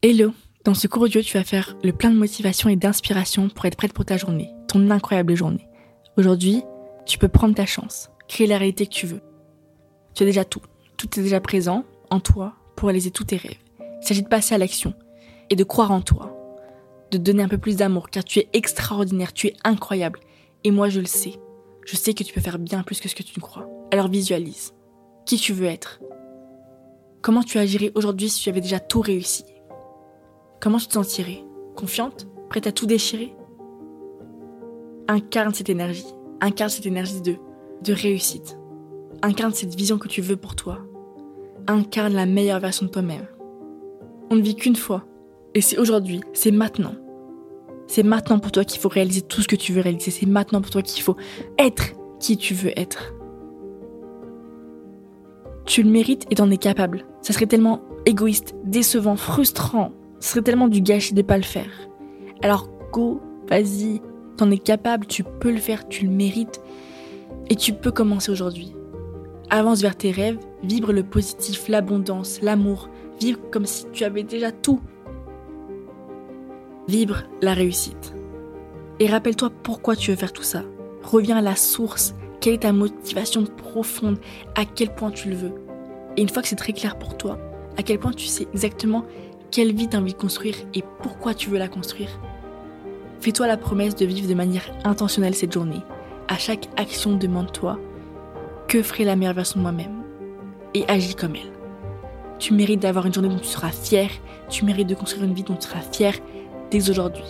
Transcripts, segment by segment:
Hello! Dans ce cours audio, tu vas faire le plein de motivation et d'inspiration pour être prête pour ta journée, ton incroyable journée. Aujourd'hui, tu peux prendre ta chance, créer la réalité que tu veux. Tu as déjà tout. Tout est déjà présent en toi pour réaliser tous tes rêves. Il s'agit de passer à l'action et de croire en toi, de te donner un peu plus d'amour car tu es extraordinaire, tu es incroyable. Et moi, je le sais. Je sais que tu peux faire bien plus que ce que tu ne crois. Alors visualise. Qui tu veux être? Comment tu agirais aujourd'hui si tu avais déjà tout réussi? Comment tu te sentirais? Confiante? Prête à tout déchirer? Incarne cette énergie de réussite. Incarne cette vision que tu veux pour toi. Incarne la meilleure version de toi-même. On ne vit qu'une fois. Et c'est aujourd'hui, c'est maintenant. C'est maintenant pour toi qu'il faut réaliser tout ce que tu veux réaliser. C'est maintenant pour toi qu'il faut être qui tu veux être. Tu le mérites et t'en es capable. Ça serait tellement égoïste, décevant, frustrant. Ce serait tellement du gâchis de pas le faire. Alors go, vas-y, t'en es capable, tu peux le faire, tu le mérites. Et tu peux commencer aujourd'hui. Avance vers tes rêves, vibre le positif, l'abondance, l'amour. Vibre comme si tu avais déjà tout. Vibre la réussite. Et rappelle-toi pourquoi tu veux faire tout ça. Reviens à la source. Quelle est ta motivation profonde? À quel point tu le veux? Et une fois que c'est très clair pour toi, à quel point tu sais exactement quelle vie tu as envie de construire et pourquoi tu veux la construire, fais-toi la promesse de vivre de manière intentionnelle cette journée. À chaque action, demande-toi que ferait la meilleure version de moi-même et agis comme elle. Tu mérites d'avoir une journée dont tu seras fier, tu mérites de construire une vie dont tu seras fier dès aujourd'hui.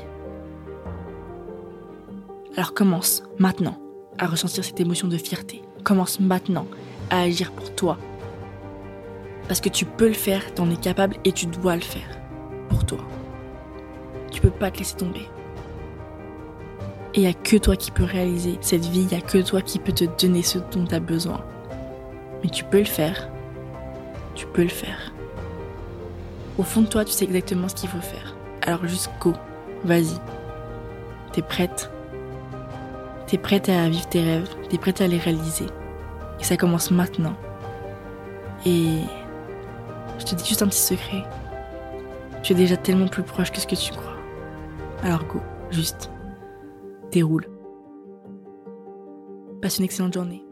Alors commence maintenant à ressentir cette émotion de fierté. Commence maintenant à agir pour toi. Parce que tu peux le faire, t'en es capable et tu dois le faire pour toi. Tu peux pas te laisser tomber. Et il n'y a que toi qui peux réaliser cette vie, il n'y a que toi qui peux te donner ce dont tu as besoin. Mais tu peux le faire. Tu peux le faire. Au fond de toi, tu sais exactement ce qu'il faut faire. Alors juste go, vas-y. T'es prête? T'es prête à vivre tes rêves, t'es prête à les réaliser. Et ça commence maintenant. Et je te dis juste un petit secret. Tu es déjà tellement plus proche que ce que tu crois. Alors go, juste, déroule. Passe une excellente journée.